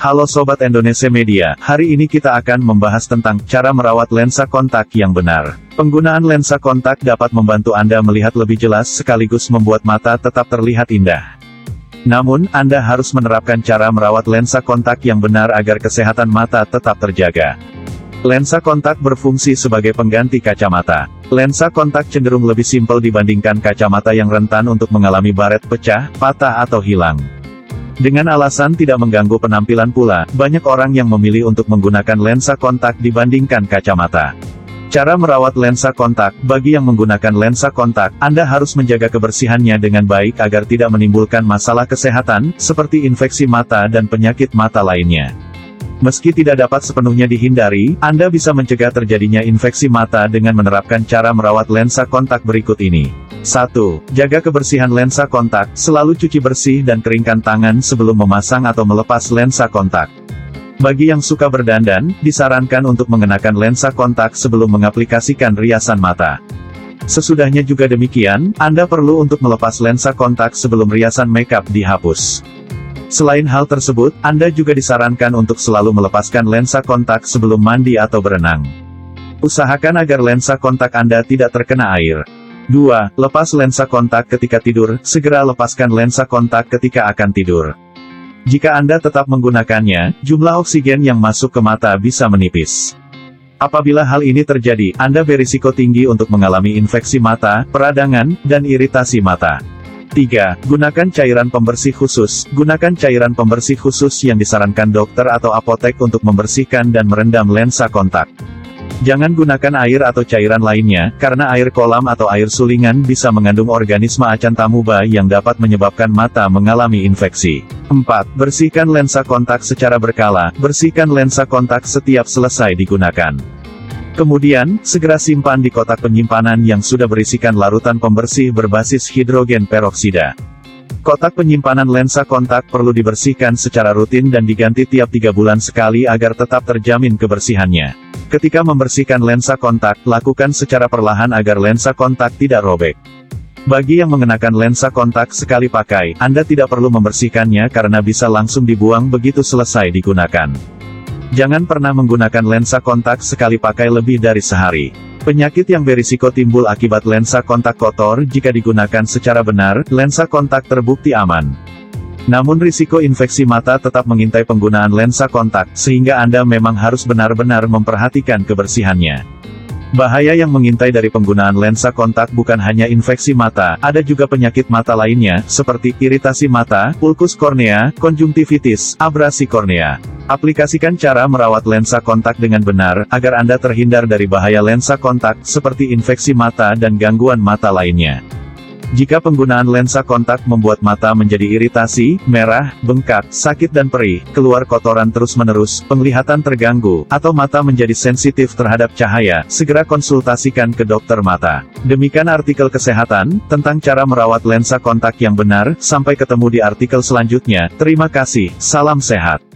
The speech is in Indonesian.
Halo Sobat Indonesia Media, hari ini kita akan membahas tentang cara merawat lensa kontak yang benar. Penggunaan lensa kontak dapat membantu Anda melihat lebih jelas sekaligus membuat mata tetap terlihat indah. Namun, Anda harus menerapkan cara merawat lensa kontak yang benar agar kesehatan mata tetap terjaga. Lensa kontak berfungsi sebagai pengganti kacamata. Lensa kontak cenderung lebih simpel dibandingkan kacamata yang rentan untuk mengalami baret pecah, patah atau hilang. Dengan alasan tidak mengganggu penampilan pula, banyak orang yang memilih untuk menggunakan lensa kontak dibandingkan kacamata. Cara merawat lensa kontak. Bagi yang menggunakan lensa kontak, Anda harus menjaga kebersihannya dengan baik agar tidak menimbulkan masalah kesehatan, seperti infeksi mata dan penyakit mata lainnya. Meski tidak dapat sepenuhnya dihindari, Anda bisa mencegah terjadinya infeksi mata dengan menerapkan cara merawat lensa kontak berikut ini. 1. Jaga kebersihan lensa kontak. Selalu cuci bersih dan keringkan tangan sebelum memasang atau melepas lensa kontak. Bagi yang suka berdandan, disarankan untuk mengenakan lensa kontak sebelum mengaplikasikan riasan mata. Sesudahnya juga demikian, Anda perlu untuk melepas lensa kontak sebelum riasan makeup dihapus. Selain hal tersebut, Anda juga disarankan untuk selalu melepaskan lensa kontak sebelum mandi atau berenang. Usahakan agar lensa kontak Anda tidak terkena air. 2. Lepas lensa kontak ketika tidur. Segera lepaskan lensa kontak ketika akan tidur. Jika Anda tetap menggunakannya, jumlah oksigen yang masuk ke mata bisa menipis. Apabila hal ini terjadi, Anda berisiko tinggi untuk mengalami infeksi mata, peradangan, dan iritasi mata. 3. Gunakan cairan pembersih khusus. Gunakan cairan pembersih khusus yang disarankan dokter atau apotek untuk membersihkan dan merendam lensa kontak. Jangan gunakan air atau cairan lainnya, karena air kolam atau air sulingan bisa mengandung organisme acantamuba yang dapat menyebabkan mata mengalami infeksi. 4. Bersihkan lensa kontak secara berkala. Bersihkan lensa kontak setiap selesai digunakan. Kemudian, segera simpan di kotak penyimpanan yang sudah berisikan larutan pembersih berbasis hidrogen peroksida. Kotak penyimpanan lensa kontak perlu dibersihkan secara rutin dan diganti tiap 3 bulan sekali agar tetap terjamin kebersihannya. Ketika membersihkan lensa kontak, lakukan secara perlahan agar lensa kontak tidak robek. Bagi yang mengenakan lensa kontak sekali pakai, Anda tidak perlu membersihkannya karena bisa langsung dibuang begitu selesai digunakan. Jangan pernah menggunakan lensa kontak sekali pakai lebih dari sehari. Penyakit yang berisiko timbul akibat lensa kontak kotor. Jika digunakan secara benar, lensa kontak terbukti aman. Namun risiko infeksi mata tetap mengintai penggunaan lensa kontak, sehingga Anda memang harus benar-benar memperhatikan kebersihannya. Bahaya yang mengintai dari penggunaan lensa kontak bukan hanya infeksi mata, ada juga penyakit mata lainnya, seperti iritasi mata, ulkus kornea, konjungtivitis, abrasi kornea. Aplikasikan cara merawat lensa kontak dengan benar, agar Anda terhindar dari bahaya lensa kontak, seperti infeksi mata dan gangguan mata lainnya. Jika penggunaan lensa kontak membuat mata menjadi iritasi, merah, bengkak, sakit dan perih, keluar kotoran terus-menerus, penglihatan terganggu, atau mata menjadi sensitif terhadap cahaya, segera konsultasikan ke dokter mata. Demikian artikel kesehatan, tentang cara merawat lensa kontak yang benar. Sampai ketemu di artikel selanjutnya. Terima kasih, salam sehat.